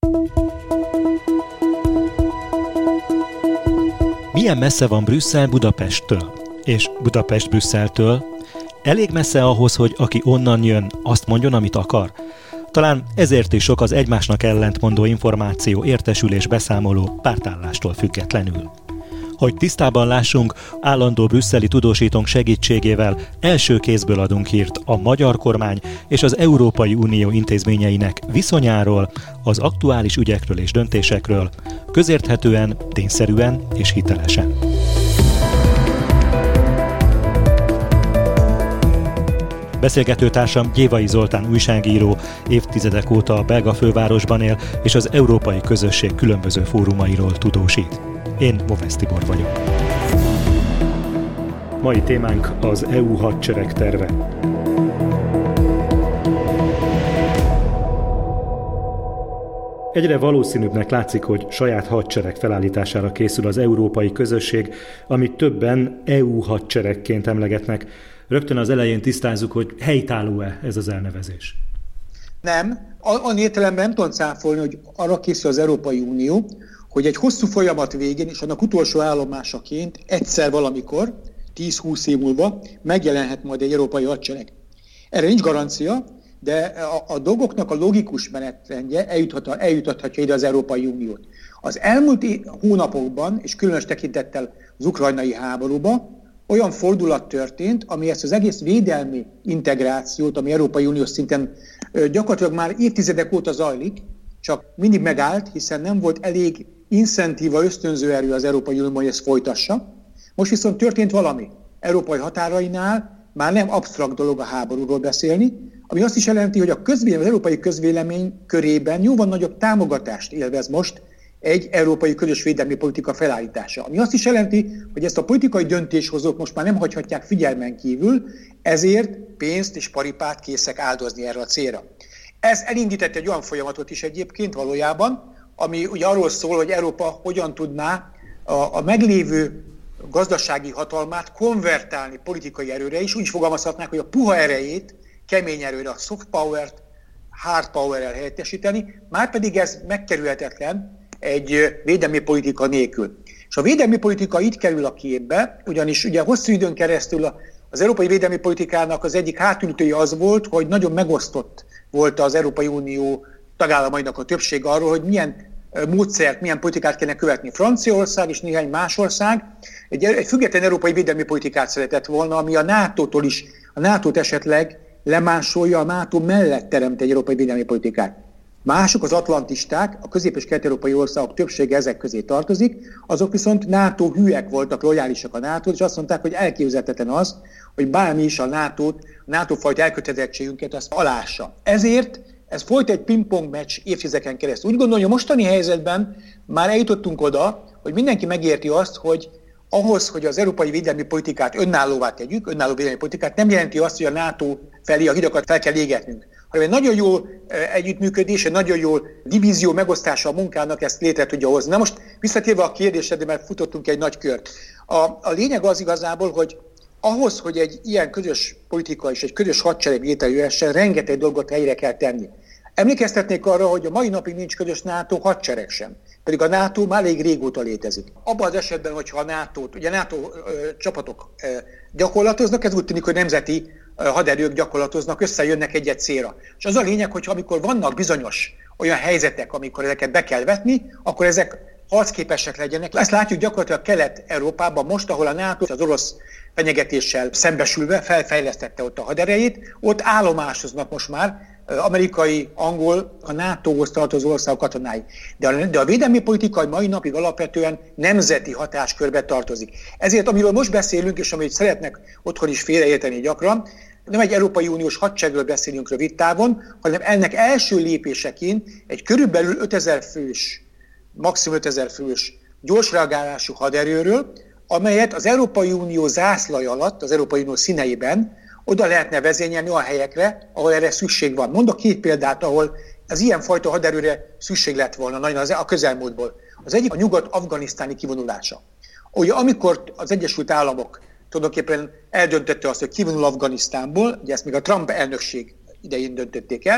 Milyen messze van Brüsszel Budapesttől? És Budapest Brüsszeltől? Elég messze ahhoz, hogy aki onnan jön, azt mondjon, amit akar? Talán ezért is sok az egymásnak ellentmondó információ, értesülés, beszámoló pártállástól függetlenül. Hogy tisztában lássunk, állandó brüsszeli tudósítónk segítségével első kézből adunk hírt a magyar kormány és az Európai Unió intézményeinek viszonyáról, az aktuális ügyekről és döntésekről, közérthetően, tényszerűen és hitelesen. Beszélgetőtársam Gyévai Zoltán újságíró, évtizedek óta a belga fővárosban él, és az európai közösség különböző fórumairól tudósít. Én Movesz Tibor vagyok. Mai témánk az EU hadsereg terve. Egyre valószínűbbnek látszik, hogy saját hadsereg felállítására készül az európai közösség, amit többen EU hadseregként emlegetnek. Rögtön az elején tisztázzuk, hogy helytálló-e ez az elnevezés? Nem. Olyan értelemben nem tudom cáfolni, hogy arra készül az Európai Unió, hogy egy hosszú folyamat végén és annak utolsó állomásaként egyszer valamikor, 10-20 év múlva megjelenhet majd egy európai hadsereg. Erre nincs garancia, de a dolgoknak a logikus menetrendje eljutathatja ide az Európai Uniót. Az elmúlt hónapokban, és különös tekintettel az ukrajnai háborúban, olyan fordulat történt, ami ezt az egész védelmi integrációt, ami Európai Uniós szinten gyakorlatilag már évtizedek óta zajlik, csak mindig megállt, hiszen nem volt elég incentíva, ösztönző erő az Európai Unióban, hogy ezt folytassa. Most viszont történt valami. Európai határainál már nem absztrakt dolog a háborúról beszélni, ami azt is jelenti, hogy az európai közvélemény körében jóval nagyobb támogatást élvez most egy európai közös védelmi politika felállítása. Ami azt is jelenti, hogy ezt a politikai döntéshozók most már nem hagyhatják figyelmen kívül, ezért pénzt és paripát készek áldozni erre a célra. Ez elindított egy olyan folyamatot is egyébként valójában, ami ugye arról szól, hogy Európa hogyan tudná a meglévő gazdasági hatalmát konvertálni politikai erőre is, úgy is fogalmazhatnák, hogy a puha erejét kemény erőre, a soft power-t hard power-rel helyettesíteni, márpedig ez megkerülhetetlen egy védelmi politika nélkül. És a védelmi politika itt kerül a képbe, ugyanis ugye hosszú időn keresztül az európai védelmi politikának az egyik hátulütője az volt, hogy nagyon megosztott volt az Európai Unió tagállamainak a többség arról, hogy milyen módszert, milyen politikát kellene követni. Franciaország és néhány más ország egy független európai védelmi politikát szeretett volna, ami a NATO-t esetleg lemásolja, a NATO mellett teremt egy európai védelmi politikát. Mások, az atlantisták, a közép- és kelet-európai országok többsége ezek közé tartozik, azok viszont NATO hűek voltak, lojálisak a NATO-t, és azt mondták, hogy elképzelhetetlen az, hogy bármi is a NATO fajta elkötelezettségünket azt alássa. Ezért ez folyt egy pingpong meccs évtizedeken keresztül. Úgy gondolom, hogy a mostani helyzetben már eljutottunk oda, hogy mindenki megérti azt, hogy ahhoz, hogy az európai védelmi politikát önállóvá tegyük, önálló védelmi politikát, nem jelenti azt, hogy a NATO felé a hidakat fel kell égetnünk, hanem egy nagyon jó együttműködés, egy nagyon jó divízió megosztása a munkának ezt létre tudja hozni. Na most visszatérve a kérdésedre, mert futottunk egy nagy kört. A lényeg az igazából, hogy ahhoz, hogy egy ilyen közös politika és egy közös hadsereg létrejöhessen, rengeteg dolgot helyre kell tenni. Emlékeztetnék arra, hogy a mai napig nincs közös NATO hadsereg sem, pedig a NATO már elég régóta létezik. Abban az esetben, hogyha a NATO csapatok gyakorlatoznak, ez úgy tűnik, hogy nemzeti haderők gyakorlatoznak, összejönnek egy célra. És az a lényeg, hogy amikor vannak bizonyos olyan helyzetek, amikor ezeket be kell vetni, akkor ezek harcképesek legyenek. Ezt látjuk gyakorlatilag Kelet-Európában most, ahol a NATO az orosz fenyegetéssel szembesülve felfejlesztette ott a haderejét, ott állomásoznak most már amerikai, angol, a NATO-hoz tartozó országok katonái. De a védelmi politika mai napig alapvetően nemzeti hatáskörbe tartozik. Ezért, amiről most beszélünk, és amit szeretnek otthon is félreérteni gyakran, nem egy Európai Uniós hadseregről beszélünk rövid távon, hanem ennek első lépéseként egy körülbelül 5000 fős, maximum 5000 fős gyorsreagálású haderőről, amelyet az Európai Unió zászlaja alatt, az Európai Unió színeiben oda lehetne vezényelni olyan helyekre, ahol erre szükség van. Mondok két példát, ahol az ilyenfajta haderőre szükség lett volna nagyon a közelmúltból. Az egyik a nyugat-afganisztáni kivonulása. Ugye amikor az Egyesült Államok tulajdonképpen eldöntötte azt, hogy kivonul Afganisztánból, ugye ezt még a Trump elnökség idején döntötték el,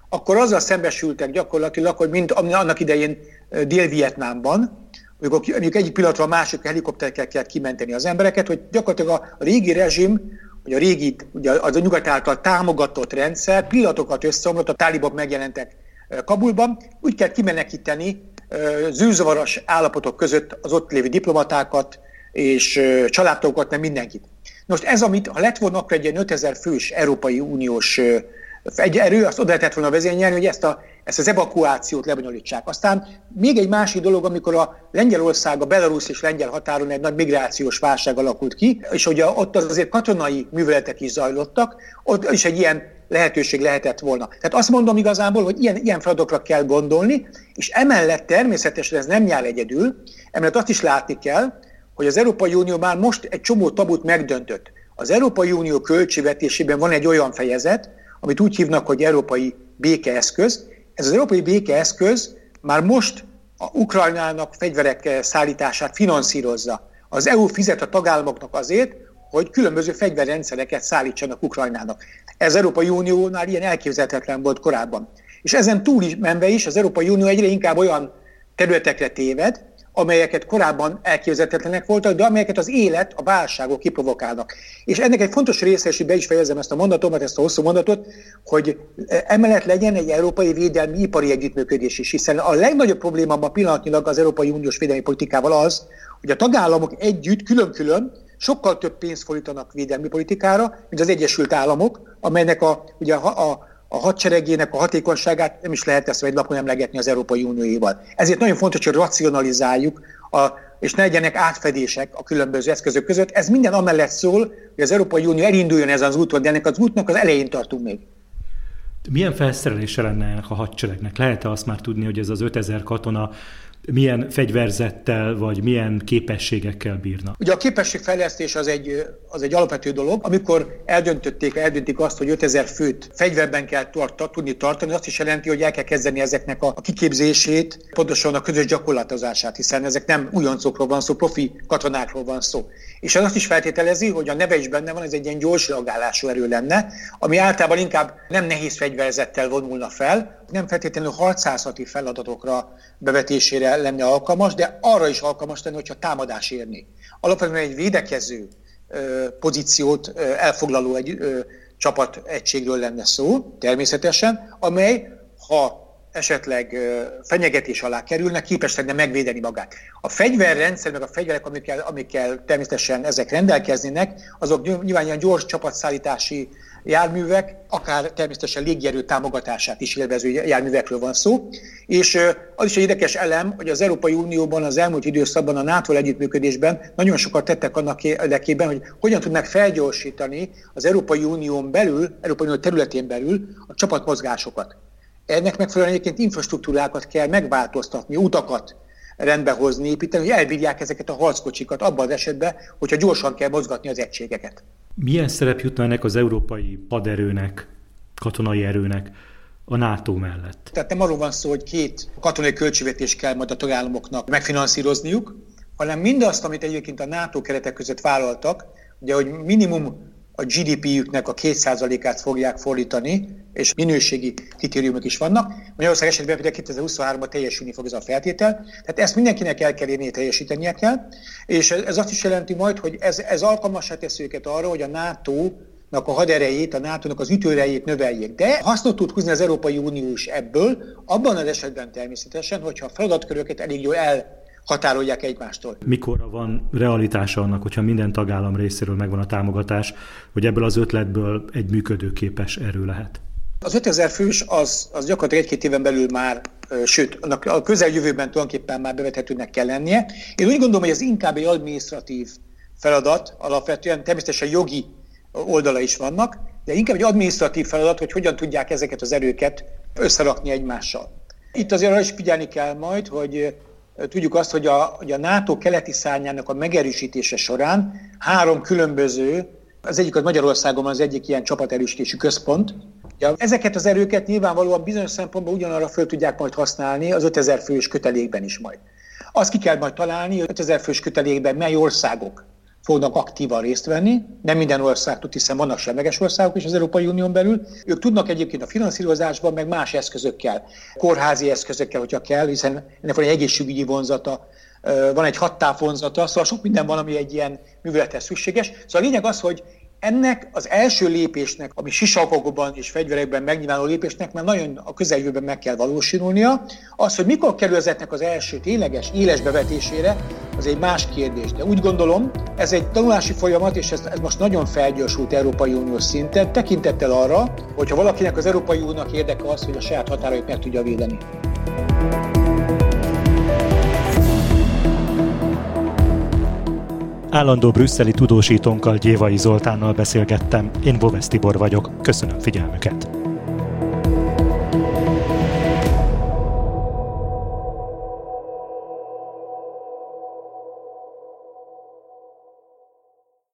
akkor azzal szembesültek gyakorlatilag, hogy mint annak idején Dél-Vietnámban, amikor egyik pillanatra a másik helikopterekkel kell kimenteni az embereket, hogy gyakorlatilag a régi rezsim, vagy a régi, ugye az a nyugat által támogatott rendszer pillanatokat összeomlott, a tálibok megjelentek Kabulban, úgy kell kimenekíteni zűrzavaros állapotok között az ott lévő diplomatákat és családtagokat, nem mindenkit. Most ez, amit ha lett volna akkor egy ilyen 5000 fős Európai Uniós egy erő, azt oda lehetett volna vezényelni, hogy ezt az evakuációt lebonyolítsák. Aztán még egy másik dolog, amikor a Lengyelország, a Belarus és lengyel határon egy nagy migrációs válság alakult ki, és ugye ott azért katonai műveletek is zajlottak, ott is egy ilyen lehetőség lehetett volna. Tehát azt mondom igazából, hogy ilyen feladatokra kell gondolni, és emellett természetesen ez nem jár egyedül, emellett azt is látni kell, hogy az Európai Unió már most egy csomó tabut megdöntött. Az Európai Unió költségvetésében van egy olyan fejezet, amit úgy hívnak, hogy Európai Békeeszköz. Ez az Európai Békeeszköz már most a Ukrajnának fegyverek szállítását finanszírozza. Az EU fizet a tagállamoknak azért, hogy különböző fegyverrendszereket szállítsanak Ukrajnának. Ez az Európai Uniónál ilyen elképzelhetetlen volt korábban. És ezen túl is menve is az Európai Unió egyre inkább olyan területekre téved, amelyeket korábban elképzelhetetlenek voltak, de amelyeket az élet, a válságok kiprovokálnak. És ennek egy fontos része, és be is fejezem ezt a mondatomat, ezt a hosszú mondatot, hogy emellett legyen egy európai védelmi ipari együttműködés is, hiszen a legnagyobb probléma ma pillanatnyilag az Európai Uniós védelmi politikával az, hogy a tagállamok együtt, külön-külön sokkal több pénzt fordítanak védelmi politikára, mint az Egyesült Államok, amelynek ugye a hadseregének a hatékonyságát nem is lehet ezt egy lapon emlegetni az Európai Unióéval. Ezért nagyon fontos, hogy racionalizáljuk, és ne legyenek átfedések a különböző eszközök között. Ez minden amellett szól, hogy az Európai Unió elinduljon ezen az úton, de ennek az útnak az elején tartunk még. Milyen felszerelése lenne ennek a hadseregnek? Lehet-e azt már tudni, hogy ez az 5000 katona milyen fegyverzettel, vagy milyen képességekkel bírna? Ugye a képességfejlesztés az egy alapvető dolog. Amikor eldöntik azt, hogy 5000 főt fegyverben kell tudni tartani, azt is jelenti, hogy el kell kezdeni ezeknek a kiképzését, pontosan a közös gyakorlatozását, hiszen ezek nem újoncokról van szó, profi katonákról van szó. És ez azt is feltételezi, hogy a neve is benne van, ez egy ilyen gyors reagálású erő lenne, ami általában inkább nem nehéz fegyverzettel vonulna fel, nem feltétlenül harcászati feladatokra bevetésére lenne alkalmas, de arra is alkalmas lenne, hogyha támadás érni. Alapvetően egy védekező pozíciót elfoglaló egy csapategységről lenne szó, természetesen, amely, ha esetleg fenyegetés alá kerülnek, képes lenne megvédeni magát. A fegyverrendszer, meg a fegyverek, amikkel természetesen ezek rendelkeznének, azok nyilván ilyen gyors csapatszállítási járművek, akár természetesen légierő támogatását is élvező járművekről van szó. És az is egy érdekes elem, hogy az Európai Unióban az elmúlt időszakban a NATO együttműködésben nagyon sokat tettek annak érdekében, hogy hogyan tudnak felgyorsítani az Európai Unión belül, Európai Unió területén belül a csapatmozgásokat. Ennek megfelelően egyébként infrastruktúrákat kell megváltoztatni, utakat rendbehozni, építeni, hogy elbírják ezeket a harckocsikat abban az esetben, hogyha gyorsan kell mozgatni az egységeket. Milyen szerep jutna ennek az európai haderőnek, katonai erőnek a NATO mellett? Tehát nem arról van szó, hogy 2 katonai költségvetést kell majd a tagállamoknak megfinanszírozniuk, hanem mindazt, amit egyébként a NATO keretek között vállaltak, ugye, hogy minimum a GDP-jüknek a 2%-át fogják fordítani, és minőségi kritériumok is vannak. Magyarország esetben például 2023-ban teljesülni fog ez a feltétel, tehát ezt mindenkinek el kell érni, teljesítenie kell, és ez azt is jelenti majd, hogy ez alkalmassá teszi őket arra, hogy a NATO-nak a haderejét, a NATO-nak az ütőerejét növeljék. De hasznot tud húzni az Európai Unió is ebből, abban az esetben természetesen, hogyha a feladatköröket elég jól határolják egymástól. Mikorra van realitása annak, hogyha minden tagállam részéről megvan a támogatás, hogy ebből az ötletből egy működőképes erő lehet? Az 5000 fős az gyakorlatilag 1-2 éven belül már, sőt, a közeljövőben tulajdonképpen már bevethetőnek kell lennie. Én úgy gondolom, hogy ez inkább egy adminisztratív feladat, alapvetően természetesen jogi oldala is vannak, de inkább egy adminisztratív feladat, hogy hogyan tudják ezeket az erőket összerakni egymással. Itt azért arra is figyelni kell majd, hogy tudjuk azt, hogy a NATO keleti szárnyának a megerősítése során 3 különböző, az egyik az Magyarországon van az egyik ilyen csapaterősítési központ. Ezeket az erőket nyilvánvalóan bizonyos szempontból ugyanarra föl tudják majd használni az 5000 fős kötelékben is majd. Azt ki kell majd találni, hogy 5000 fős kötelékben mely országok fognak aktívan részt venni. Nem minden ország tud, hiszen vannak semleges országok is az Európai Unión belül. Ők tudnak egyébként a finanszírozásban, meg más eszközökkel, kórházi eszközökkel, hogyha kell, hiszen ennek van egy egészségügyi vonzata, van egy hattávvonzata, szóval sok minden van, ami egy ilyen művelethez szükséges. Szóval a lényeg az, hogy ennek az első lépésnek, ami sisakokban és fegyverekben megnyilvánuló lépésnek már nagyon a közeljövőben meg kell valósulnia. Az, hogy mikor kerül ezeknek az első tényleges, éles bevetésére, az egy más kérdés. De úgy gondolom, ez egy tanulási folyamat, és ez most nagyon felgyorsult Európai Uniós szinten, tekintettel arra, hogyha valakinek az Európai Uniónak érdeke az, hogy a saját határait meg tudja védeni. Állandó brüsszeli tudósítónkkal, Gyévai Zoltánnal beszélgettem. Én Vovesz Tibor vagyok. Köszönöm figyelmüket!